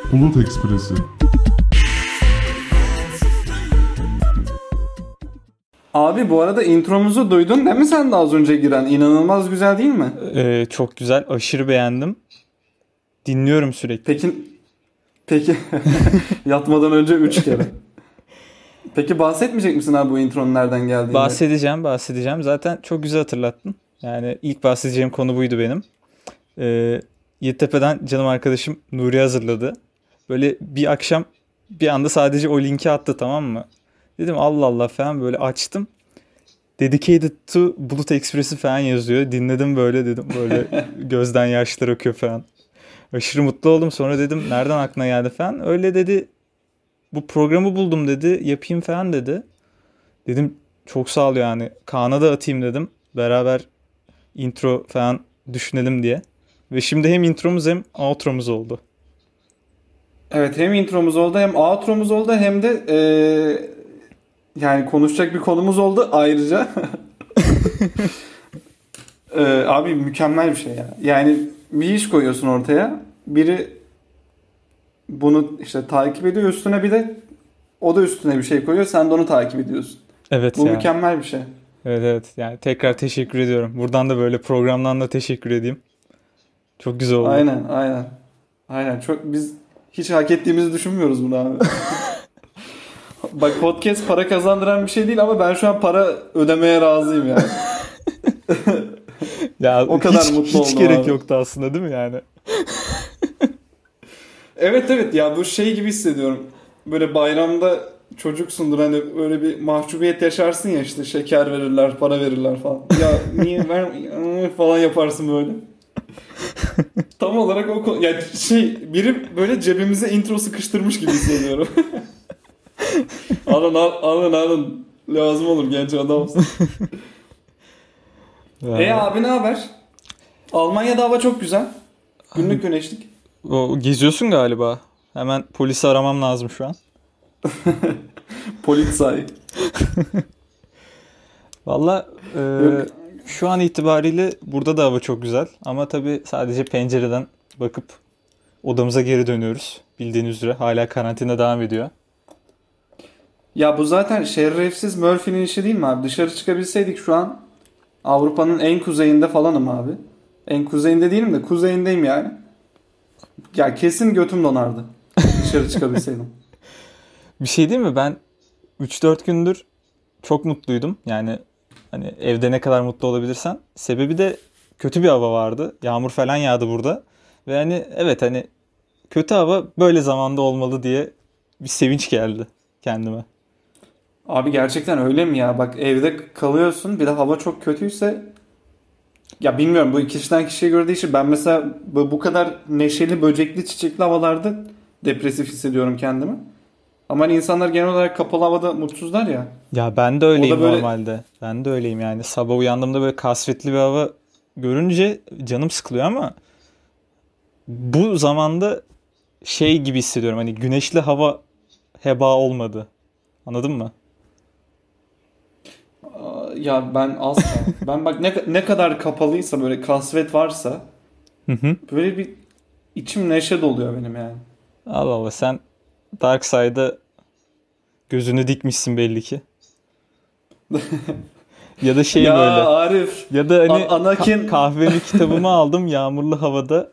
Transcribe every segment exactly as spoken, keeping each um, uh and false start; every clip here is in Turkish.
Bulut Ekspresi. Abi bu arada intromuzu duydun değil mi sen de az önce giren? İnanılmaz güzel değil mi? Ee, çok güzel, aşırı beğendim. Dinliyorum sürekli. Peki, peki yatmadan önce üç kere. Peki bahsetmeyecek misin abi bu intronun nereden geldiğini? Bahsedeceğim, bahsedeceğim. Zaten çok güzel hatırlattın. Yani ilk bahsedeceğim konu buydu benim. Ee, Yeditepe'den canım arkadaşım Nuri hazırladı. Böyle bir akşam bir anda sadece o linki attı, tamam mı? Dedim Allah Allah falan, böyle açtım. Dedicated to Bulut Ekspresi falan yazıyor. Dinledim böyle, dedim böyle gözden yaşlar akıyor falan. Aşırı mutlu oldum. Sonra dedim nereden aklına geldi falan. Öyle dedi, bu programı buldum dedi, yapayım falan dedi. Dedim çok sağ ol yani. Kaan'a da atayım dedim. Beraber intro falan düşünelim diye. Ve şimdi hem intromuz hem outromuz oldu. Evet, hem intromuz oldu hem outromuz oldu hem de eee, yani konuşacak bir konumuz oldu ayrıca. Eee, abi mükemmel bir şey ya. Yani bir iş koyuyorsun ortaya. Biri bunu işte takip ediyor, üstüne bir de o da üstüne bir şey koyuyor. Sen de onu takip ediyorsun. Evet Bu ya. mükemmel bir şey. Evet evet. Yani tekrar teşekkür ediyorum. Buradan da böyle programdan da teşekkür edeyim. Çok güzel oldu. Aynen, aynen. Aynen. Çok biz hiç hak ettiğimizi düşünmüyoruz bunu abi. Bak, podcast para kazandıran bir şey değil ama ben şu an para ödemeye razıyım yani. Ya O kadar hiç, mutlu hiç oldum gerek abi. yoktu aslında, değil mi yani? Evet evet, ya bu şey gibi hissediyorum. Böyle bayramda çocuksundur, hani böyle bir mahcubiyet yaşarsın ya, işte şeker verirler, para verirler falan. Ya niye ver falan yaparsın böyle. Tam olarak o ko- ya şey, biri böyle cebimize intro sıkıştırmış gibi hissediyorum. Alın al, alın alın. Lazım olur, genç adamsın. E Ya, abi, ne haber? Almanya'da hava çok güzel. Günlük güneşlik. o, geziyorsun galiba. Hemen polisi aramam lazım şu an. Polizei. Valla e, Yok. şu an itibariyle burada da hava çok güzel. Ama tabii sadece pencereden bakıp odamıza geri dönüyoruz. Bildiğiniz üzere hala karantina devam ediyor. Ya bu zaten şerefsiz Murphy'nin işi değil mi abi? Dışarı çıkabilseydik şu an Avrupa'nın en kuzeyinde falanım abi. En kuzeyinde değilim de kuzeyindeyim yani. Ya kesin götüm donardı. Dışarı çıkabilseydim. Bir şey değil mi? Ben üç dört gündür çok mutluydum. Yani hani evde ne kadar mutlu olabilirsen. Sebebi de kötü bir hava vardı. Yağmur falan yağdı burada. Ve hani evet, hani kötü hava böyle zamanda olmalı diye bir sevinç geldi kendime. Abi gerçekten öyle mi ya? Bak, evde kalıyorsun, bir de hava çok kötüyse, ya bilmiyorum, bu kişiden kişiye göre değişir. Ben mesela bu bu kadar neşeli, böcekli, çiçekli havalarda depresif hissediyorum kendimi. Ama hani insanlar genel olarak kapalı havada mutsuzlar ya. Ya ben de O öyleyim da böyle, normalde. Ben de öyleyim yani. Sabah uyandığımda böyle kasvetli bir hava görünce canım sıkılıyor ama bu zamanda şey gibi hissediyorum. Hani güneşli hava heba olmadı. Anladın mı? ya ben asla. Ben bak, ne, ne kadar kapalıysa, böyle kasvet varsa, Hı hı. böyle bir içim neşe doluyor benim yani. Allah Allah, sen Dark Side'a gözünü dikmişsin belli ki. Ya da şey Ya böyle. Arif, Ya da hani A- ka- Anakin, kahvemi kitabımı aldım yağmurlu havada.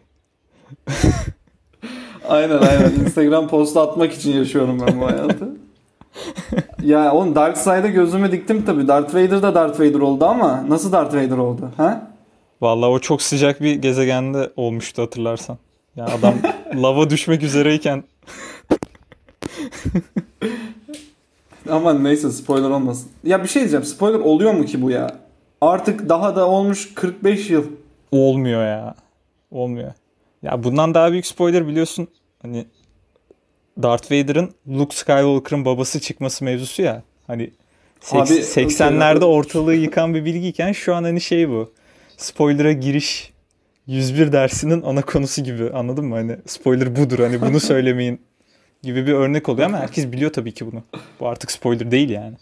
aynen aynen, Instagram postu atmak için yaşıyorum ben bu hayatı. Ya oğlum, Dark Side'a gözümü diktim tabii. Darth Vader da Darth Vader oldu ama nasıl Darth Vader oldu? Ha? Vallahi o çok sıcak bir gezegende olmuştu, hatırlarsan. Ya adam lava düşmek üzereyken Ama neyse, spoiler olmasın. Ya bir şey diyeceğim. Spoiler oluyor mu ki bu ya? Artık daha da olmuş kırk beş yıl. olmuyor ya. Olmuyor. Ya bundan daha büyük spoiler biliyorsun. Hani Darth Vader'ın Luke Skywalker'ın babası çıkması mevzusu ya. Hani Abi seks- okey. seksenlerde ortalığı yıkan bir bilgiyken şu an hani şey bu. Spoiler'a giriş yüz bir dersinin ana konusu gibi, anladın mı? Hani spoiler budur, hani bunu söylemeyin gibi bir örnek oluyor ama herkes biliyor tabii ki bunu. Bu artık spoiler değil yani.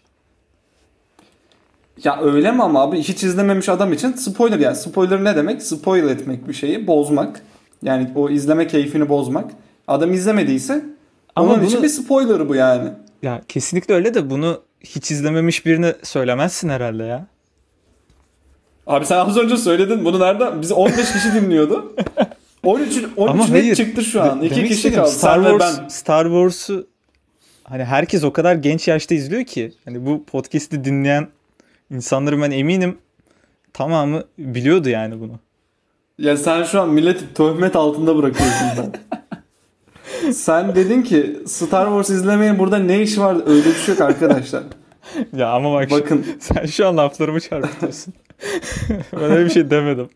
Ya öyle mi ama abi, hiç izlememiş adam için spoiler yani. Spoiler ne demek? Spoil etmek, bir şeyi bozmak. Yani o izleme keyfini bozmak. Adam izlemediyse Ama onun için bunu bir spoiler bu yani. ya kesinlikle öyle de bunu hiç izlememiş birine söylemezsin herhalde ya. Abi sen az önce söyledin bunu nereden? Bizi on beş kişi dinliyordu. on üç on Ama üç hayır. net çıktı şu an. De- İki demek kişi istediğim kaldı. Star Sen ve Wars ben. Star Wars'u hani herkes o kadar genç yaşta izliyor ki hani bu podcast'i dinleyen insanların ben eminim tamamı biliyordu yani bunu. Ya sen şu an milleti töhmet altında bırakıyorsun ben. Sen dedin ki Star Wars izlemeyin burada ne işi var? Öyle bir şey yok arkadaşlar. Ya ama bak şu- Bakın sen şu an laflarımı çarpıtıyorsun. Ben öyle bir şey demedim.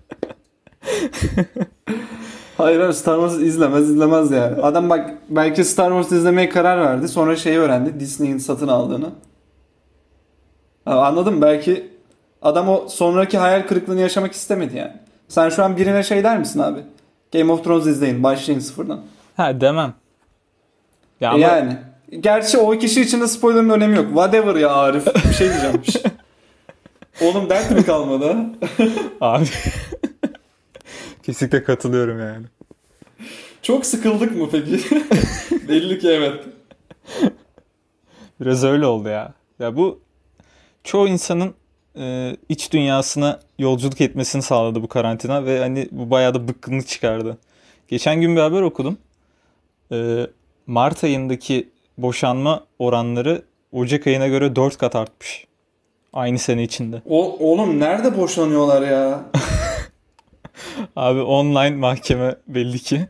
hayır hayır Star Wars izlemez izlemez yani. Adam bak belki Star Wars izlemeye karar verdi. Sonra şeyi öğrendi. Disney'in satın aldığını. Ha, anladım belki adam o sonraki hayal kırıklığını yaşamak istemedi yani. Sen şu an birine şey der misin abi? Game of Thrones izleyin. Başlayın sıfırdan. Ha demem. Ya E ama yani. Gerçi o kişi için de spoiler'ın önemi yok. Whatever ya Arif. Bir şey diyeceğim. Oğlum dert mi kalmadı ha? abi kesinlikle katılıyorum yani. Çok sıkıldık mı peki? Belli ki evet. Biraz öyle oldu ya. Ya bu çoğu insanın e, iç dünyasına yolculuk etmesini sağladı bu karantina ve hani bu bayağı da bıkkınlık çıkardı. Geçen gün bir haber okudum. E, Mart ayındaki boşanma oranları Ocak ayına göre dört kat artmış. Aynı sene içinde. O, oğlum nerede boşanıyorlar ya? Abi online mahkeme belli ki.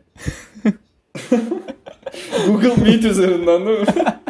Google Meet üzerinden değil mi?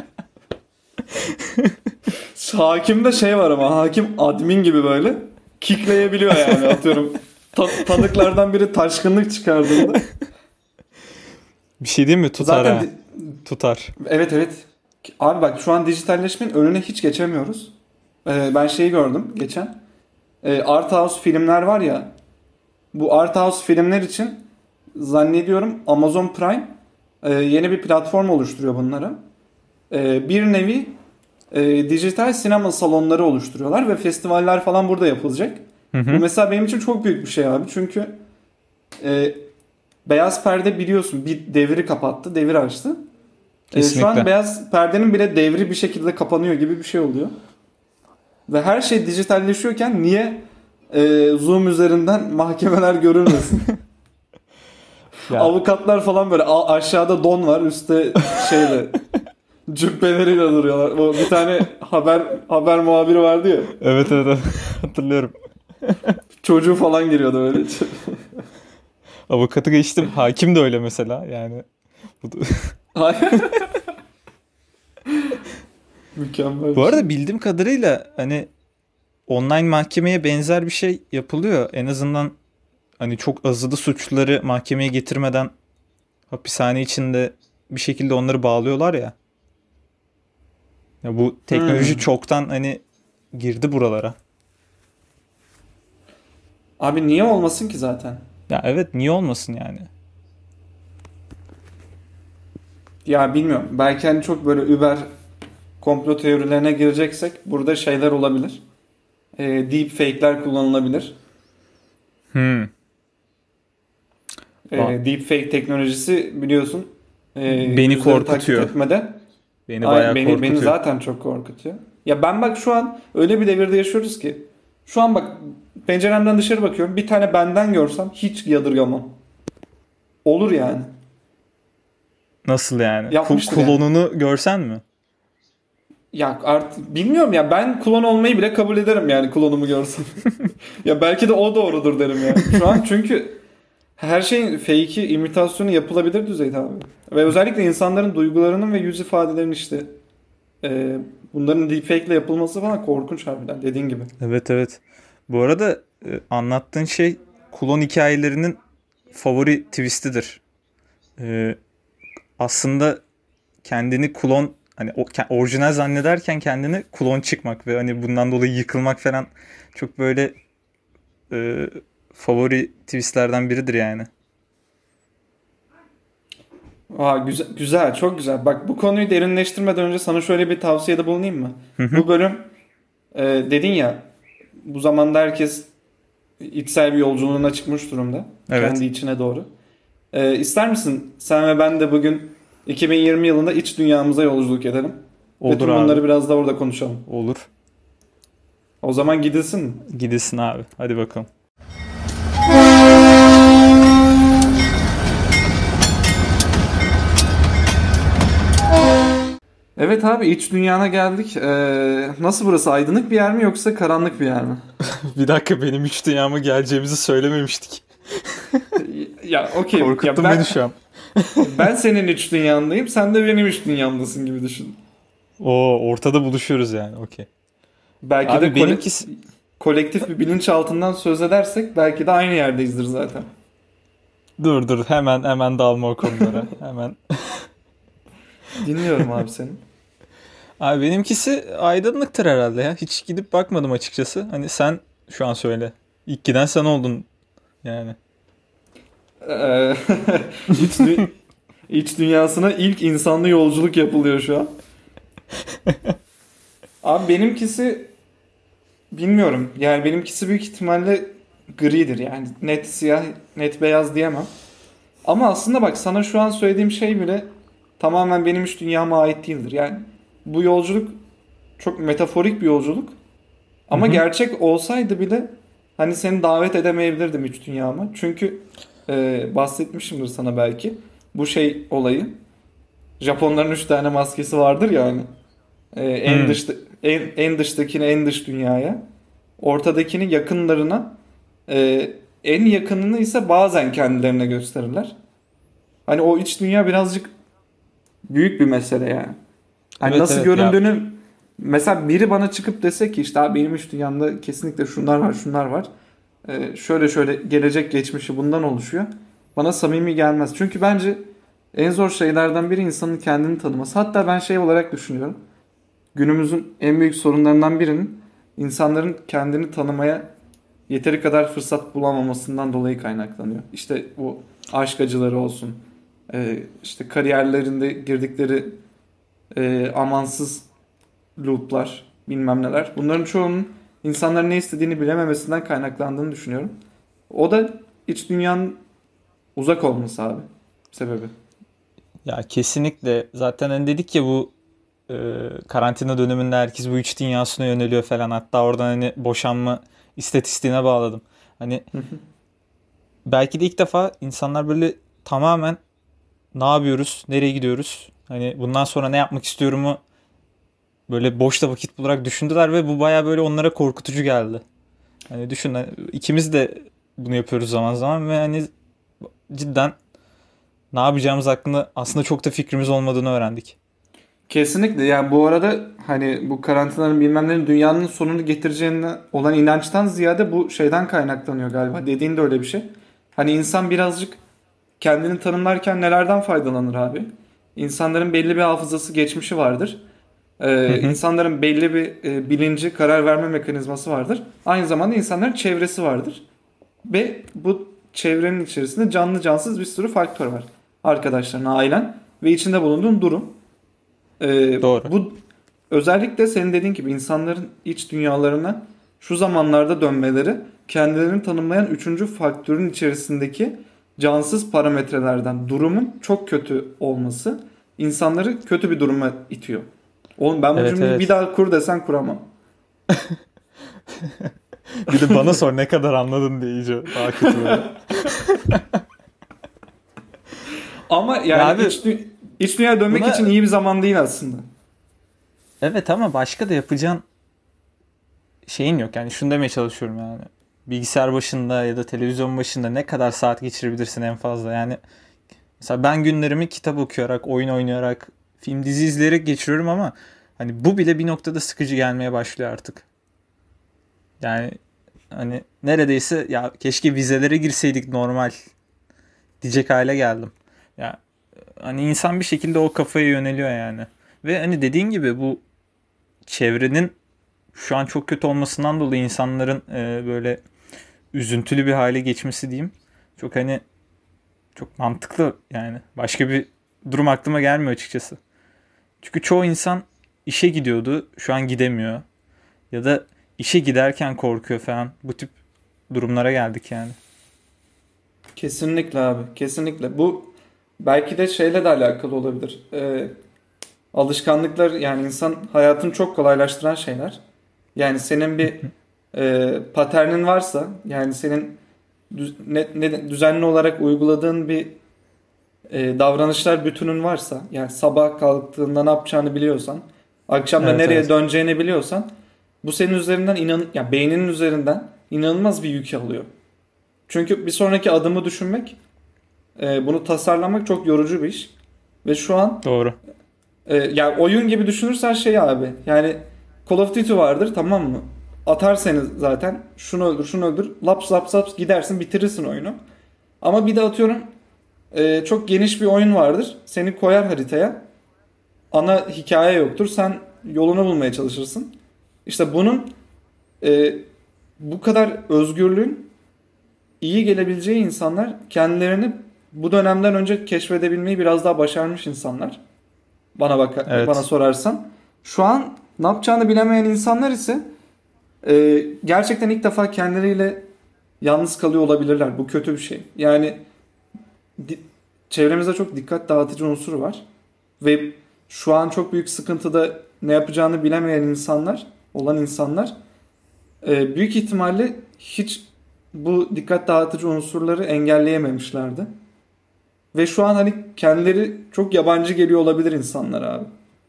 Hakimde şey var ama hakim admin gibi böyle kickleyebiliyor yani atıyorum. Ta- tanıklardan biri taşkınlık çıkardığında. Bir şey diyeyim mi? Tutar Zaten ha. di- Tutar. evet evet. Abi bak şu an dijitalleşmenin önüne hiç geçemiyoruz. Ee, ben şeyi gördüm geçen. Ee, Art House filmler var ya. Bu Art House filmler için zannediyorum Amazon Prime e, yeni bir platform oluşturuyor bunlara. E, bir nevi e, dijital sinema salonları oluşturuyorlar ve festivaller falan burada yapılacak. Hı Bu hı. mesela benim için çok büyük bir şey abi. Çünkü e, beyaz perde biliyorsun bir devri kapattı, devir açtı. E, şu Kesinlikle. an beyaz perdenin bile devri bir şekilde kapanıyor gibi bir şey oluyor. Ve her şey dijitalleşiyorken niye e, Zoom üzerinden mahkemeler görülmesin? Ya, Avukatlar falan böyle a- aşağıda don var, üstte şeyle cübbeleriyle duruyorlar. O bir tane haber haber muhabiri vardı ya. evet evet evet. Hatırlıyorum. Çocuğu falan giriyordu öyle. Avukatı geçtim. Hakim de öyle mesela. Yani bu, da- Hayır. Mükemmel. bir bu arada şey. bildiğim kadarıyla hani online mahkemeye benzer bir şey yapılıyor. En azından hani çok azılı suçluları mahkemeye getirmeden hapishane içinde bir şekilde onları bağlıyorlar ya. Ya bu teknoloji Hmm. çoktan hani girdi buralara. Abi niye olmasın ki zaten? Ya evet niye olmasın yani? Ya bilmiyorum. Belki hani çok böyle über komplo teorilerine gireceksek burada şeyler olabilir. E, deep fake'ler kullanılabilir. Hmm. E, Aa. deepfake teknolojisi biliyorsun e, Beni yüzleri korkutuyor. taklit etmede Beni Ay, bayağı beni, korkutuyor. beni zaten çok korkutuyor. Ya ben bak şu an öyle bir devirde yaşıyoruz ki şu an bak penceremden dışarı bakıyorum bir tane benden görsem hiç yadırgamam. Olur yani. Nasıl yani? Ku- Yapmıştır Klonunu görsen mi? Ya artık bilmiyorum ya ben klon olmayı bile kabul ederim yani klonumu görsem. Ya belki de o doğrudur derim yani. Şu an çünkü her şeyin fake'i, imitasyonu yapılabilir düzeyde abi. Ve özellikle insanların duygularının ve yüz ifadelerinin işte e, bunların deepfake ile yapılması falan korkunç harbiden dediğin gibi. Evet evet. Bu arada e, anlattığın şey klon hikayelerinin favori twistidir. E, aslında kendini klon hani o, ke- orijinal zannederken kendini klon çıkmak ve hani bundan dolayı yıkılmak falan çok böyle e, favori twistlerden biridir yani. Aa, güzel, güzel, çok güzel. Bak bu konuyu derinleştirmeden önce sana şöyle bir tavsiyede bulunayım mı? Hı hı. Bu bölüm e, dedin ya bu zamanda herkes içsel bir yolculuğuna çıkmış durumda. Evet. Kendi içine doğru. Ee, ister misin sen ve ben de bugün iki bin yirmi yılında iç dünyamıza yolculuk edelim? Ve Olur tüm abi. bunları biraz da orada konuşalım. Olur. O zaman gidilsin mi? Gidesin abi. Hadi bakalım. Evet abi, iç dünyana geldik. Ee, nasıl burası? Aydınlık bir yer mi yoksa karanlık bir yer mi? Bir dakika, benim üç dünyama geleceğimizi söylememiştik. Ya okey. Ya Korkuttun ben, beni şu an. ben senin iç dünyandayım. Sen de benim iç dünyamdasın gibi düşün. Oo, ortada buluşuyoruz yani. Okey. Belki Abi de kole- benimkisi... kolektif bir bilinçaltından söz edersek belki de aynı yerdeyizdir zaten. Dur dur, hemen hemen dalma o konulara. Hemen. Dinliyorum abi seni. Abi benimkisi aydınlıktır herhalde ya. Hiç gidip bakmadım açıkçası. Hani sen şu an söyle. İlk giden sen oldun yani. Ee, iç, dü- iç dünyasına ilk insanlı yolculuk yapılıyor şu an. Abi benimkisi bilmiyorum. Yani benimkisi büyük ihtimalle gridir. Yani net siyah, net beyaz diyemem. Ama aslında bak, sana şu an söylediğim şey bile tamamen benim iç dünyama ait değildir. Yani bu yolculuk çok metaforik bir yolculuk. Hı Ama hı. gerçek olsaydı bile hani seni davet edemeyebilirdim iç dünyama. Çünkü e, bahsetmişimdir sana belki. Bu şey olayı. Japonların üç tane maskesi vardır ya hani. E, en Hmm. dışta en, en dıştakini en dış dünyaya, ortadakini yakınlarına, e, en yakınını ise bazen kendilerine gösterirler. Hani o iç dünya birazcık büyük bir mesele yani. Hani Evet nasıl evet ya. göründüğünü, mesela biri bana çıkıp dese ki işte abi benim iç dünyamda kesinlikle şunlar var şunlar var. Ee, şöyle şöyle gelecek geçmişi bundan oluşuyor. Bana samimi gelmez. Çünkü bence en zor şeylerden biri insanın kendini tanıması. Hatta ben şey olarak düşünüyorum. Günümüzün en büyük sorunlarından birinin insanların kendini tanımaya yeteri kadar fırsat bulamamasından dolayı kaynaklanıyor. İşte bu aşk acıları olsun, e, işte kariyerlerinde girdikleri e, amansız looplar, bilmem neler. Bunların çoğunun insanların ne istediğini bilememesinden kaynaklandığını düşünüyorum. O da iç dünyanın uzak olması abi sebebi. Ya kesinlikle. Zaten hani dedik ya, bu e, karantina döneminde herkes bu iç dünyasına yöneliyor falan. Hatta oradan hani boşanma istatistiğine bağladım. Hani belki de ilk defa insanlar böyle tamamen ne yapıyoruz, nereye gidiyoruz, hani bundan sonra ne yapmak istiyorumu böyle boşta vakit bularak düşündüler ve bu baya böyle onlara korkutucu geldi. Hani düşün, hani ikimiz de bunu yapıyoruz zaman zaman ve hani cidden ne yapacağımız hakkında aslında çok da fikrimiz olmadığını öğrendik. Kesinlikle. Yani bu arada hani bu karantinanın bilmem nenin dünyanın sonunu getireceğine olan inançtan ziyade bu şeyden kaynaklanıyor galiba. Dediğin de öyle bir şey. Hani insan birazcık kendini tanımlarken nelerden faydalanır abi? İnsanların belli bir hafızası, geçmişi vardır. Hı Ee, hı. insanların belli bir e, bilinci, karar verme mekanizması vardır. Aynı zamanda insanların çevresi vardır. Ve bu çevrenin içerisinde canlı cansız bir sürü faktör var. Arkadaşların, ailen ve içinde bulunduğun durum. Ee, Doğru. bu özellikle senin dediğin gibi insanların iç dünyalarına şu zamanlarda dönmeleri, kendilerini tanımlayan üçüncü faktörün içerisindeki cansız parametrelerden durumun çok kötü olması insanları kötü bir duruma itiyor. Oğlum ben bu Evet cümleyi bir evet. daha kur desen kuramam. Bir de bana sor ne kadar anladın diye iyice daha kötü böyle. Ama Ya yani abi iç, dü- iç dünyaya dönmek için buna iyi bir zaman değil aslında. evet, ama başka da yapacağın şeyin yok. Yani şunu demeye çalışıyorum yani. Bilgisayar başında ya da televizyon başında ne kadar saat geçirebilirsin en fazla? Yani mesela ben günlerimi kitap okuyarak, oyun oynayarak, film dizi izleyerek geçiriyorum ama hani bu bile bir noktada sıkıcı gelmeye başlıyor artık. Yani hani neredeyse ya keşke vizelere girseydik normal diyecek hale geldim. Ya hani insan bir şekilde o kafaya yöneliyor yani. Ve hani dediğin gibi bu çevrenin şu an çok kötü olmasından dolayı insanların e, böyle üzüntülü bir hale geçmesi diyeyim. Çok hani çok mantıklı yani. Başka bir durum aklıma gelmiyor açıkçası. Çünkü çoğu insan işe gidiyordu, şu an gidemiyor. Ya da işe giderken korkuyor falan. Bu tip durumlara geldik yani. Kesinlikle abi. Kesinlikle. Bu belki de şeyle de alakalı olabilir. Ee, alışkanlıklar yani insan hayatını çok kolaylaştıran şeyler. Yani senin bir e, paternin varsa yani senin düz- ne, ne- düzenli olarak uyguladığın bir e, davranışlar bütünün varsa yani sabah kalktığında ne yapacağını biliyorsan akşam da Evet, nereye evet. döneceğini biliyorsan bu senin üzerinden inan ya beyninin üzerinden inanılmaz bir yük alıyor. Çünkü bir sonraki adımı düşünmek, e, bunu tasarlamak çok yorucu bir iş. Ve şu an Doğru. e, yani oyun gibi düşünürsen şey abi yani Call of Duty vardır tamam mı? Atar seni zaten şunu öldür şunu öldür laps laps laps gidersin bitirirsin oyunu. Ama bir de atıyorum e, çok geniş bir oyun vardır. Seni koyar haritaya. Ana hikaye yoktur. Sen yolunu bulmaya çalışırsın. İşte bunun e, bu kadar özgürlüğün iyi gelebileceği insanlar kendilerini bu dönemden önce keşfedebilmeyi biraz daha başarmış insanlar. Bana bak bana Evet. sorarsan. Şu an ne yapacağını bilemeyen insanlar ise e, gerçekten ilk defa kendileriyle yalnız kalıyor olabilirler. Bu kötü bir şey. Yani di- çevremizde çok dikkat dağıtıcı unsur var. Ve şu an çok büyük sıkıntıda ne yapacağını bilemeyen insanlar, olan insanlar e, büyük ihtimalle hiç bu dikkat dağıtıcı unsurları engelleyememişlerdi. Ve şu an hani kendileri çok yabancı geliyor olabilir insanlar abi.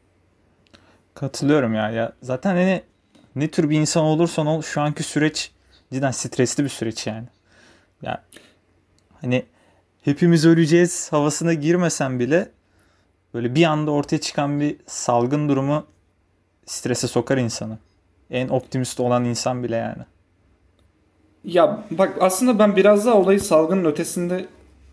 Katılıyorum ya. Ya zaten hani ne tür bir insan olursan ol şu anki süreç cidden stresli bir süreç yani. Ya hani hepimiz öleceğiz havasına girmesen bile böyle bir anda ortaya çıkan bir salgın durumu strese sokar insanı. En optimist olan insan bile yani. Ya bak aslında ben biraz daha olayı salgının ötesinde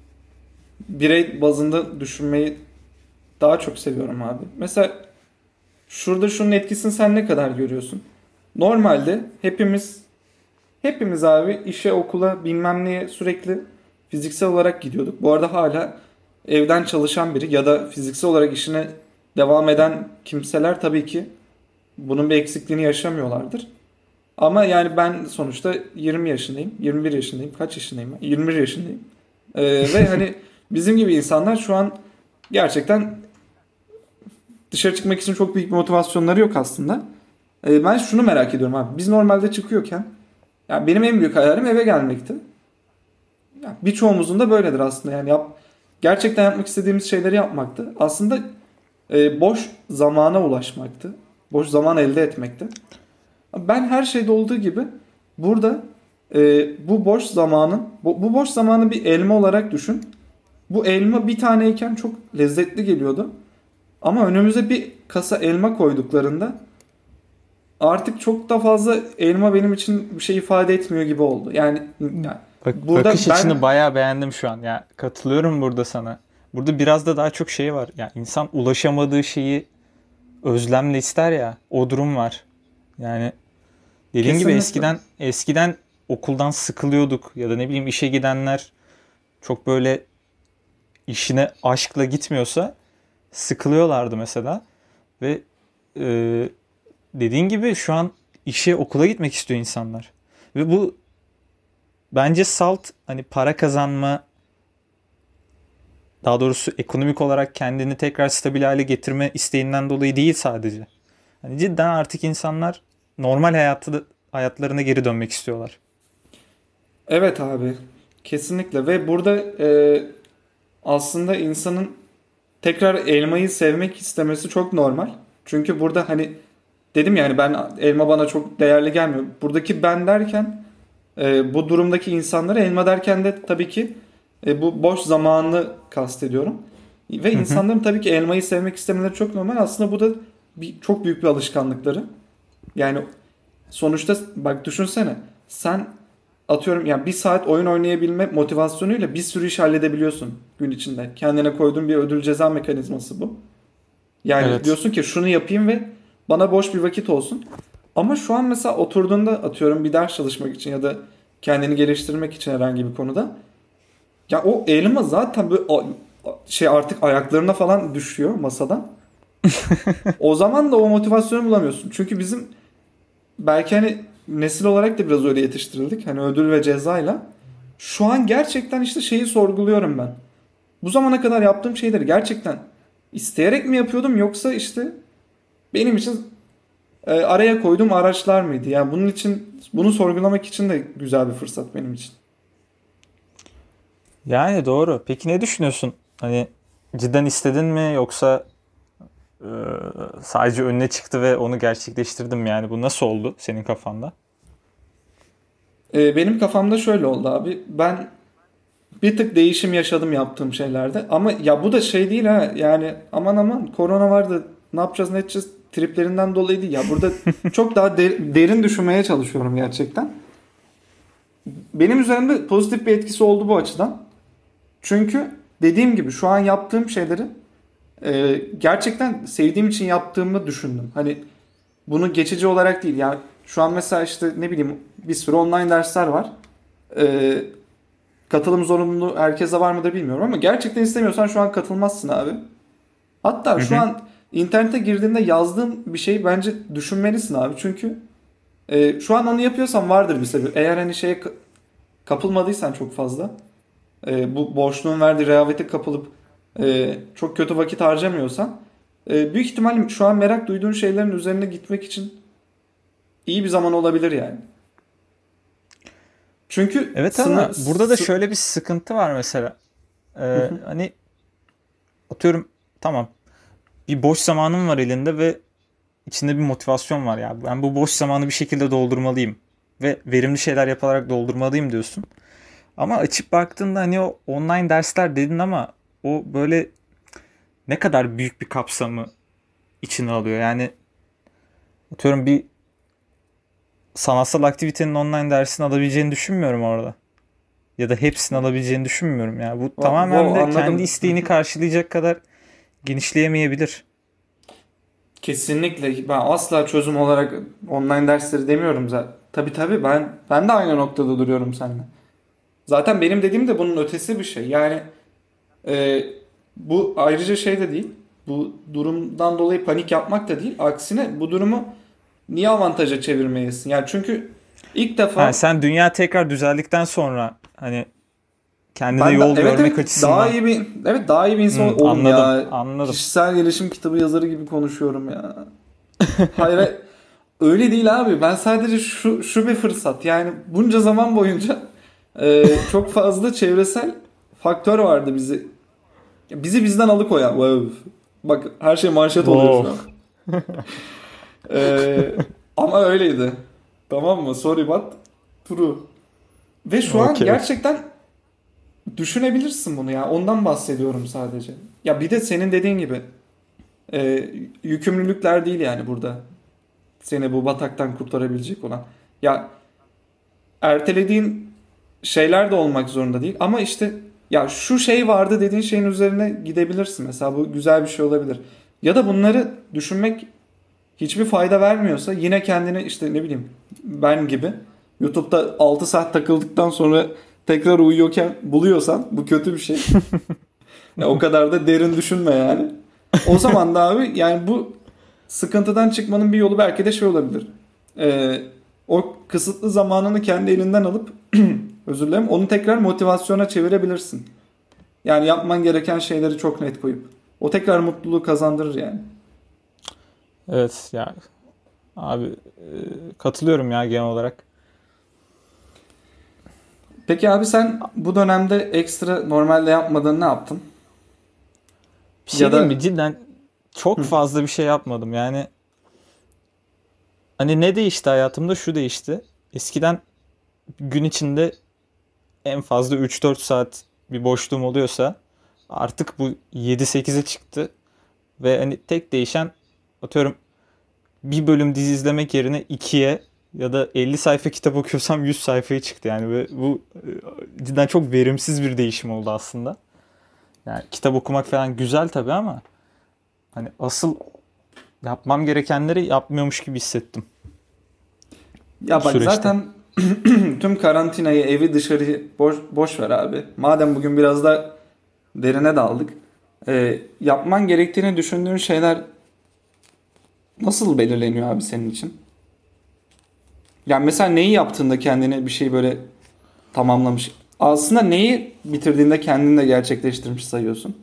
birey bazında düşünmeyi daha çok seviyorum abi. Mesela şurada şunun etkisini sen ne kadar görüyorsun? Normalde hepimiz hepimiz abi işe okula bilmem neye sürekli fiziksel olarak gidiyorduk. Bu arada hala evden çalışan biri ya da fiziksel olarak işine devam eden kimseler tabii ki bunun bir eksikliğini yaşamıyorlardır. Ama yani ben sonuçta yirmi yaşındayım, yirmi bir yaşındayım. Kaç yaşındayım ben? yirmi bir yaşındayım. Ee, ve hani bizim gibi insanlar şu an gerçekten dışarı çıkmak için çok büyük bir motivasyonları yok aslında. Ee, ben şunu merak ediyorum abi. Biz normalde çıkıyorken ya benim en büyük hayalim eve gelmekti. Ya birçoğumuzun da böyledir aslında. Yani yap, gerçekten yapmak istediğimiz şeyleri yapmaktı. Aslında e, boş zamana ulaşmaktı. Boş zaman elde etmekti. Ben her şeyde olduğu gibi burada e, bu boş zamanın bu, bu boş zamanı bir elma olarak düşün. Bu elma bir taneyken çok lezzetli geliyordu. Ama önümüze bir kasa elma koyduklarında artık çok da fazla elma benim için bir şey ifade etmiyor gibi oldu. Yani, yani Bak, burada bakış ben açını bayağı beğendim şu an. Ya katılıyorum burada sana. Burada biraz da daha çok şey var. Ya insan ulaşamadığı şeyi özlemle ister ya. O durum var. Yani dediğin gibi kesinlikle. eskiden eskiden okuldan sıkılıyorduk ya da ne bileyim işe gidenler çok böyle işine aşkla gitmiyorsa sıkılıyorlardı mesela ve e, dediğin gibi şu an işe okula gitmek istiyor insanlar. Ve bu bence salt hani para kazanma, daha doğrusu ekonomik olarak kendini tekrar stabil hale getirme isteğinden dolayı değil sadece. Hani cidden artık insanlar normal hayatı hayatlarına geri dönmek istiyorlar. Evet abi. Kesinlikle ve burada e, aslında insanın tekrar elmayı sevmek istemesi çok normal. Çünkü burada hani dedim yani ben elma bana çok değerli gelmiyor. Buradaki ben derken e, bu durumdaki insanlara elma derken de tabii ki e, bu boş zamanını kastediyorum. Ve Hı hı. insanların tabii ki elmayı sevmek istemeleri çok normal. Aslında bu da bir, çok büyük bir alışkanlıkları. Yani sonuçta bak düşünsene sen atıyorum yani bir saat oyun oynayabilme motivasyonuyla bir sürü iş halledebiliyorsun gün içinde. Kendine koyduğun bir ödül ceza mekanizması bu. Yani Evet. diyorsun ki şunu yapayım ve bana boş bir vakit olsun. Ama şu an mesela oturduğunda atıyorum bir ders çalışmak için ya da kendini geliştirmek için herhangi bir konuda ya o elma zaten böyle a- a- şey artık ayaklarına falan düşüyor masadan. O zaman da o motivasyonu bulamıyorsun. Çünkü bizim belki hani nesil olarak da biraz öyle yetiştirildik. Hani ödül ve cezayla. şu an gerçekten işte şeyi sorguluyorum ben. Bu zamana kadar yaptığım şeyleri gerçekten isteyerek mi yapıyordum, yoksa işte benim için e, araya koyduğum araçlar mıydı? Yani bunun için, bunu sorgulamak için de güzel bir fırsat benim için. Yani doğru. Peki ne düşünüyorsun? Hani cidden istedin mi yoksa e, sadece önüne çıktı ve onu gerçekleştirdin mi? Yani bu nasıl oldu senin kafanda? E, benim kafamda şöyle oldu abi. Ben bir tık değişim yaşadım yaptığım şeylerde. Ama ya bu da şey değil ha. Yani aman aman korona vardı, ne yapacağız ne edeceğiz triplerinden dolayı değil. Ya burada çok daha de- derin düşünmeye çalışıyorum gerçekten. Benim üzerimde pozitif bir etkisi oldu bu açıdan. Çünkü dediğim gibi şu an yaptığım şeyleri e, gerçekten sevdiğim için yaptığımı düşündüm. Hani bunu geçici olarak değil. Yani şu an mesela işte ne bileyim bir sürü online dersler var. E, Katılım zorunluluğu herkese var mıdır bilmiyorum ama gerçekten istemiyorsan şu an katılmazsın abi. Hatta Hı şu hı. an internete girdiğinde yazdığım bir şey bence düşünmelisin abi. Çünkü e, şu an onu yapıyorsan vardır bir sebebi. Eğer hani şeye ka- kapılmadıysan çok fazla, e, bu boşluğun verdiği rehavete kapılıp e, çok kötü vakit harcamıyorsan, e, büyük ihtimalle şu an merak duyduğun şeylerin üzerine gitmek için iyi bir zaman olabilir yani. Çünkü Evet sınır... ama burada da sı- şöyle bir sıkıntı var mesela. Ee, hani atıyorum tamam bir boş zamanım var elinde ve içinde bir motivasyon var ya. Ben bu boş zamanı bir şekilde doldurmalıyım ve verimli şeyler yaparak doldurmalıyım diyorsun. Ama açıp baktığında hani o online dersler dedin ama o böyle ne kadar büyük bir kapsamı içine alıyor. Yani atıyorum bir sanatsal aktivitenin online dersini alabileceğini düşünmüyorum orada. Ya da hepsini alabileceğini düşünmüyorum. Yani bu Va- tamamen Wow, de kendi anladım. isteğini karşılayacak kadar genişleyemeyebilir. Kesinlikle ben asla çözüm olarak online dersleri demiyorum zaten. Tabii tabii ben ben de aynı noktada duruyorum seninle. Zaten benim dediğim de bunun ötesi bir şey. Yani e, bu ayrıca şey de değil. Bu durumdan dolayı panik yapmak da değil. Aksine bu durumu niye avantaja çevirmeyesin? Yani çünkü ilk Ha, defa sen dünya tekrar düzeldikten sonra hani kendine ben de yol evet görmek evet daha açısından. iyi bir evet daha iyi bir insan ol- Hmm, oğlum anladım, ya. anladım. Kişisel gelişim kitabı yazarı gibi konuşuyorum ya. Hayır, öyle değil abi. Ben sadece şu şu bir fırsat. Yani bunca zaman boyunca e, çok fazla çevresel faktör vardı bizi. Bizi bizden alıkoyan. Wow. Bak her şey manşet oluyor Wow. şu an. E, Ama öyleydi. Tamam mı? Sorry but true. Ve şu an Okey. gerçekten düşünebilirsin bunu ya. Ondan bahsediyorum sadece. Ya bir de senin dediğin gibi e, yükümlülükler değil yani burada. Seni bu bataktan kurtarabilecek olan. Ya ertelediğin şeyler de olmak zorunda değil. Ama işte ya şu şey vardı dediğin şeyin üzerine gidebilirsin. Mesela bu güzel bir şey olabilir. Ya da bunları düşünmek hiçbir fayda vermiyorsa yine kendini işte ne bileyim ben gibi YouTube'da altı saat takıldıktan sonra tekrar uyuyorken buluyorsan bu kötü bir şey. Ya o kadar da derin düşünme yani. O zaman da abi yani bu sıkıntıdan çıkmanın bir yolu belki de şey olabilir. Ee, O kısıtlı zamanını kendi elinden alıp özür dilerim onu tekrar motivasyona çevirebilirsin. Yani yapman gereken şeyleri çok net koyup. O tekrar mutluluğu kazandırır yani. Evet ya abi e, katılıyorum ya genel olarak. Peki abi sen bu dönemde ekstra normalde yapmadığın ne yaptın? Bir Ya şey diyeyim da mi? Cidden çok fazla bir şey yapmadım. Yani hani ne değişti hayatımda? Şu değişti. Eskiden gün içinde en fazla üç dört saat bir boşluğum oluyorsa artık bu yedi sekize çıktı. Ve hani tek değişen atıyorum bir bölüm dizi izlemek yerine ikiye ya da elli sayfa kitap okuyorsam yüz sayfaya çıktı. Yani ve bu e, cidden çok verimsiz bir değişim oldu aslında. Yani kitap okumak falan güzel tabii ama hani asıl yapmam gerekenleri yapmıyormuş gibi hissettim bu ya bak süreçte. zaten tüm karantinayı, evi, dışarıyı boş, boş ver abi. Madem bugün biraz da derine daldık. Ee, yapman gerektiğini düşündüğün şeyler nasıl belirleniyor abi senin için? Yani mesela neyi yaptığında kendini bir şey böyle tamamlamış, Aslında neyi bitirdiğinde kendini de gerçekleştirmiş sayıyorsun?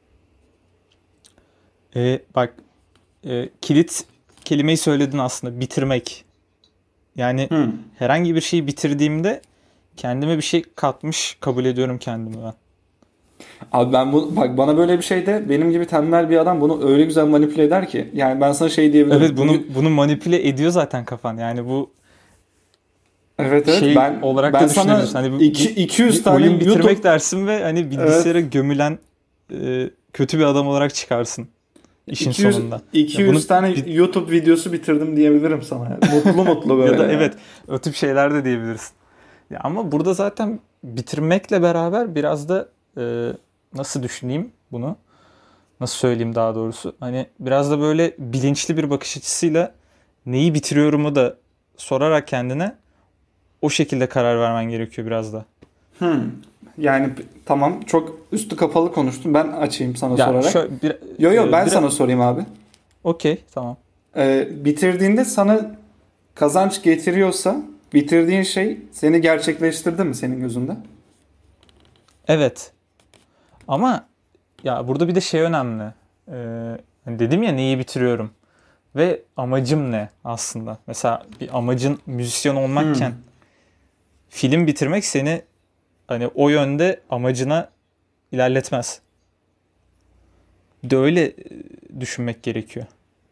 E, bak e, kilit kelimeyi söyledin aslında, bitirmek. Yani Hı. herhangi bir şeyi bitirdiğimde kendime bir şey katmış kabul ediyorum kendimi ben. Abi ben bu bak bana böyle bir şey de benim gibi tembel bir adam bunu öyle güzel manipüle eder ki. Yani ben sana şey Evet, diyebilirim. bunu Bugün bunu manipüle ediyor zaten kafan. Yani bu evet evet şey ben olarak ben da sana düşünebilirsin. Hani bu, iki, bu iki yüz bir tane oyun YouTube bitirmek dersin ve hani evet bilgisayara gömülen e, kötü bir adam olarak çıkarsın işin iki yüz sonunda. Ya bunu iki yüz tane bir, YouTube videosu bitirdim diyebilirim sana. Yani. Mutlu mutlu ya da böyle yani. evet, o tip şeyler de diyebilirsin. Ya ama burada zaten bitirmekle beraber biraz da e, nasıl düşüneyim bunu? Nasıl söyleyeyim daha doğrusu? Hani biraz da böyle bilinçli bir bakış açısıyla neyi bitiriyorumu da sorarak kendine o şekilde karar vermen gerekiyor biraz da. Hmm. Yani p- tamam çok üstü kapalı konuştum. Ben açayım sana Ya sorarak. şöyle bir, Yo yo e, ben bir sana sorayım abi. okey, tamam. Ee, bitirdiğinde sana kazanç getiriyorsa bitirdiğin şey seni gerçekleştirdi mi senin gözünde? Evet. Ama ya burada bir de şey önemli. Ee, hani dedim ya, neyi bitiriyorum ve amacım ne aslında? Mesela bir amacın müzisyen olmakken Hmm. film bitirmek seni hani o yönde amacına ilerletmez. Bir de öyle e, düşünmek gerekiyor.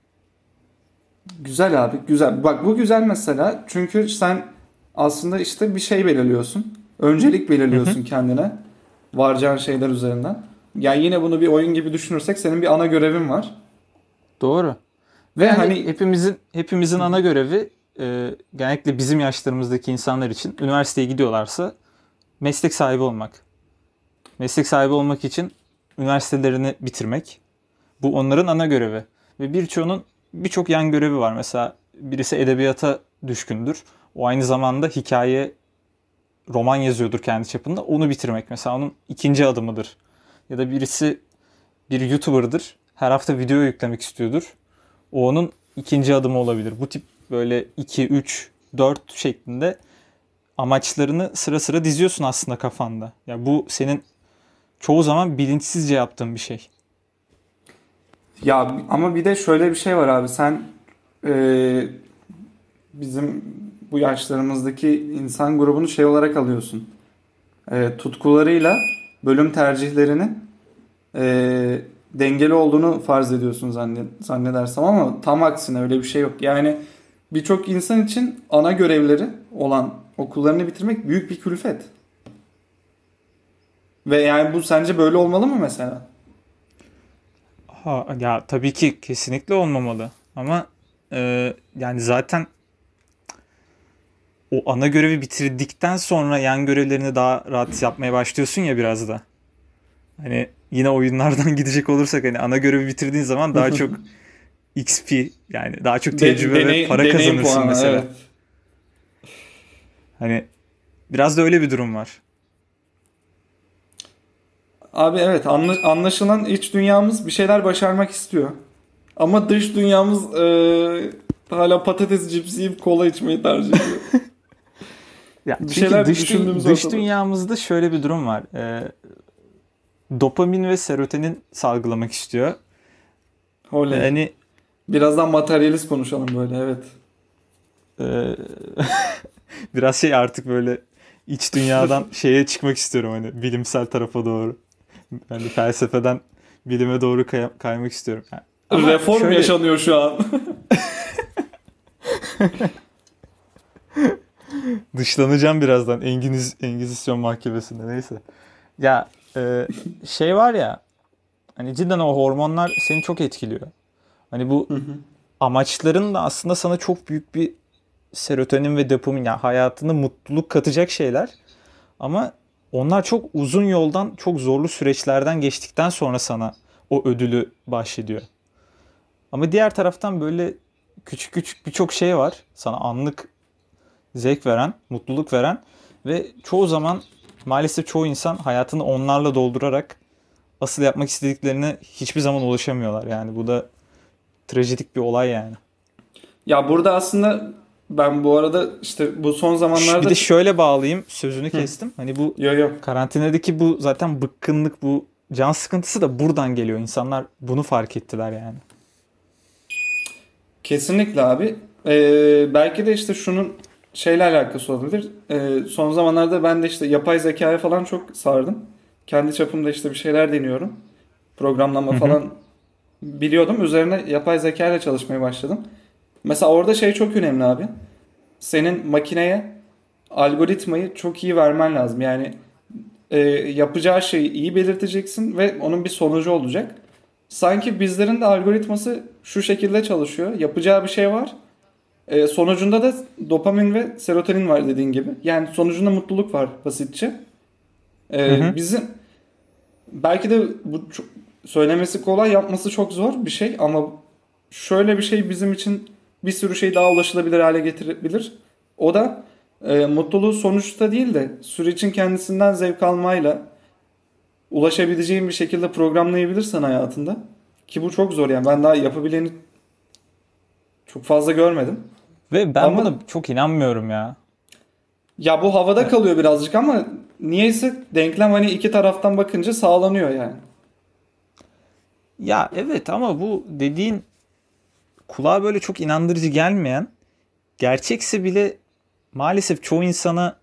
Güzel abi güzel. Bak bu güzel mesela çünkü sen aslında işte bir şey belirliyorsun. Öncelik Hı hı. belirliyorsun kendine. Varacağın şeyler üzerinden. Yani yine bunu bir oyun gibi düşünürsek senin bir ana görevin var. Doğru. Ve Ve hani hani hepimizin hepimizin ana görevi, e, genellikle bizim yaşlarımızdaki insanlar için, üniversiteye gidiyorlarsa meslek sahibi olmak. Meslek sahibi olmak için üniversitelerini bitirmek. Bu onların ana görevi. Ve birçoğunun birçok yan görevi var. Mesela birisi edebiyata düşkündür. O aynı zamanda hikaye, roman yazıyordur kendi çapında. Onu bitirmek mesela onun ikinci adımıdır. Ya da birisi bir YouTuber'dır. Her hafta video yüklemek istiyordur. O onun ikinci adımı olabilir. Bu tip böyle iki, üç, dört şeklinde amaçlarını sıra sıra diziyorsun aslında kafanda. Ya bu senin çoğu zaman bilinçsizce yaptığın bir şey. ya ama bir de şöyle bir şey var abi. Sen e, bizim bu yaşlarımızdaki insan grubunu şey olarak alıyorsun. E, tutkularıyla bölüm tercihlerinin e, dengeli olduğunu farz ediyorsun zannet, zannedersem ama tam aksine öyle bir şey yok. Yani birçok insan için ana görevleri olan okullarını bitirmek büyük bir külfet. Ve yani bu sence böyle olmalı mı mesela? Ha, ya tabii ki kesinlikle olmamalı. Ama e, yani zaten o ana görevi bitirdikten sonra yan görevlerini daha rahat yapmaya başlıyorsun ya biraz da. Hani yine oyunlardan gidecek olursak, hani ana görevi bitirdiğin zaman daha çok X P, yani daha çok De- tecrübe ve deney, para deneyim kazanırsın puanı mesela. evet. Hani biraz da öyle bir durum var. Abi evet anla- anlaşılan iç dünyamız bir şeyler başarmak istiyor. Ama dış dünyamız e, hala patates cipsi yiyip kola içmeyi tercih ediyor. Ya Bir çünkü şeyler dış dü- düşündüğümüz dış ortada. dünyamızda şöyle bir durum var. Ee, dopamin ve serotonin salgılamak istiyor. Ve Oley. hani Birazdan materyalist konuşalım böyle evet. e, biraz şey artık böyle iç dünyadan şeye çıkmak istiyorum, hani bilimsel tarafa doğru. Yani felsefeden bilime doğru kay- kaymak istiyorum. Yani ama Reform şöyle yaşanıyor şu an. dışlanacağım birazdan Enginiz, Engizisyon mahkemesinde, neyse. Ya e, şey var ya, hani cidden o hormonlar seni çok etkiliyor. Hani bu amaçların da aslında sana çok büyük bir serotonin ve dopamin, yani hayatına mutluluk katacak şeyler. Ama onlar çok uzun yoldan, çok zorlu süreçlerden geçtikten sonra sana o ödülü bahşediyor. Ama diğer taraftan böyle küçük küçük birçok şey var. Sana anlık zevk veren, mutluluk veren ve çoğu zaman maalesef çoğu insan hayatını onlarla doldurarak asıl yapmak istediklerine hiçbir zaman ulaşamıyorlar. Yani bu da trajedik bir olay yani. Ya burada aslında Ben bu arada işte bu son Şş, zamanlarda... Bir de şöyle bağlayayım, sözünü kestim. Hani bu Yo yo. karantinadaki bu zaten bıkkınlık, bu can sıkıntısı da buradan geliyor. İnsanlar bunu fark ettiler yani. Kesinlikle abi. Ee, belki de işte şunun şeyle alakası olabilir. Ee, son zamanlarda ben de işte yapay zekaya falan çok sardım. Kendi çapımda işte bir şeyler deniyorum. Programlama Hı hı. falan biliyordum. Üzerine yapay zeka ile çalışmaya başladım. Mesela orada şey çok önemli abi. Senin makineye algoritmayı çok iyi vermen lazım. Yani e, yapacağı şeyi iyi belirteceksin ve onun bir sonucu olacak. Sanki bizlerin de algoritması şu şekilde çalışıyor. Yapacağı bir şey var. E, sonucunda da dopamin ve serotonin var dediğin gibi. Yani sonucunda mutluluk var basitçe. Hı E, hı. bizim belki de bu çok- söylemesi kolay, yapması çok zor bir şey ama şöyle bir şey bizim için bir sürü şey daha ulaşılabilir hale getirebilir. O da e, mutluluğu sonuçta değil de sürecin kendisinden zevk almayla ulaşabileceğin bir şekilde programlayabilirsen hayatında. Ki bu çok zor yani. Ben daha yapabileni çok fazla görmedim. Ve ben Ama buna çok inanmıyorum ya. ya bu havada kalıyor birazcık ama niyeyse denklem hani iki taraftan bakınca sağlanıyor yani. Ya evet, ama bu dediğin kulağa böyle çok inandırıcı gelmeyen, gerçekse bile maalesef çoğu insana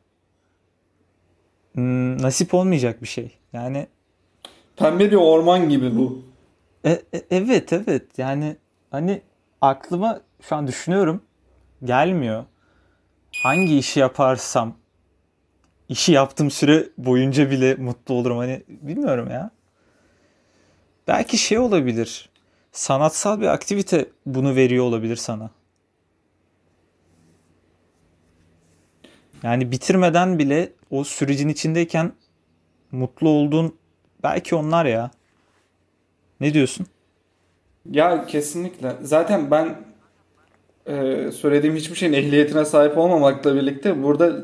mm, nasip olmayacak bir şey. Yani Pembe bir orman gibi bu. e- e- evet evet, yani hani aklıma şu an düşünüyorum, gelmiyor. Hangi işi yaparsam işi yaptığım süre boyunca bile mutlu olurum. Hani bilmiyorum ya. Belki şey olabilir. Sanatsal bir aktivite bunu veriyor olabilir sana. Yani bitirmeden bile o sürecin içindeyken mutlu olduğun belki onlar ya. Ne diyorsun? Ya kesinlikle. Zaten ben e, söylediğim hiçbir şeyin ehliyetine sahip olmamakla birlikte burada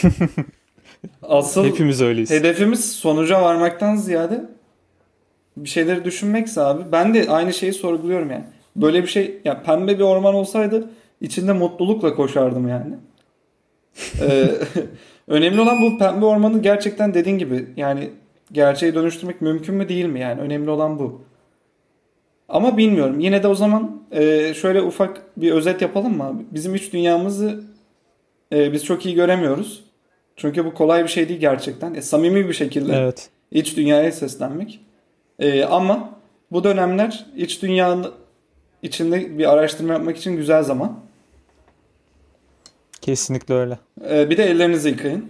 asıl Hepimiz öyleyiz. hedefimiz sonuca varmaktan ziyade bir şeyleri düşünmekse abi. Ben de aynı şeyi sorguluyorum yani. Böyle bir şey ya pembe bir orman olsaydı içinde mutlulukla koşardım yani. Ee, önemli olan bu pembe ormanı gerçekten dediğin gibi yani gerçeğe dönüştürmek mümkün mü değil mi yani önemli olan bu. Ama bilmiyorum. Yine de o zaman e, şöyle ufak bir özet yapalım mı abi? Bizim iç dünyamızı e, biz çok iyi göremiyoruz. Çünkü bu kolay bir şey değil gerçekten. E, samimi bir şekilde Evet. iç dünyaya seslenmek. E, ama bu dönemler iç dünyanın içinde bir araştırma yapmak için güzel zaman. Kesinlikle öyle. E, bir de ellerinizi yıkayın.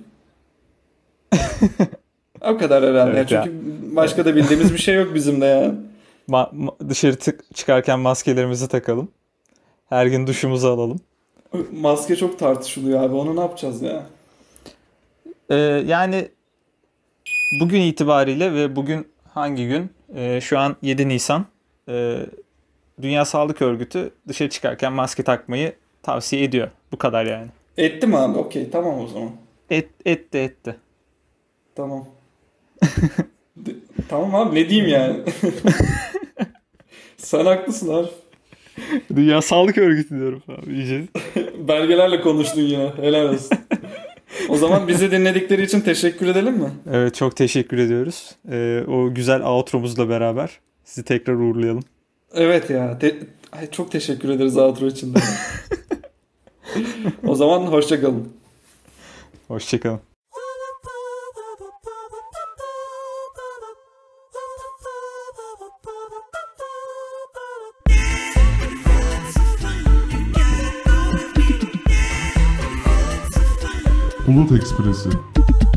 O kadar herhalde. Yani Evet ya. çünkü başka da bildiğimiz bir şey yok bizim de yani. Ma- ma- dışarı tık- çıkarken maskelerimizi takalım. Her gün duşumuzu alalım. Maske çok tartışılıyor abi. Onu ne yapacağız ya? Ee, yani bugün itibariyle ve bugün hangi gün? Ee, şu an yedi Nisan. Ee, Dünya Sağlık Örgütü dışarı çıkarken maske takmayı tavsiye ediyor. Bu kadar yani. Etti mi abi? Okey, tamam o zaman. Et, etti etti. Tamam. De- tamam abi ne diyeyim yani? Sen haklısın abi. Dünya Sağlık Örgütü diyorum abi, iyice. Belgelerle konuştun yine. Helal olsun. O zaman bizi dinledikleri için teşekkür edelim mi? Evet, çok teşekkür ediyoruz. Ee, o güzel outro'muzla beraber sizi tekrar uğurlayalım. Evet ya. te- Ay, çok teşekkür ederiz outro için de. O zaman hoşça kalın. Hoşçakalın. Bulut Ekspresi.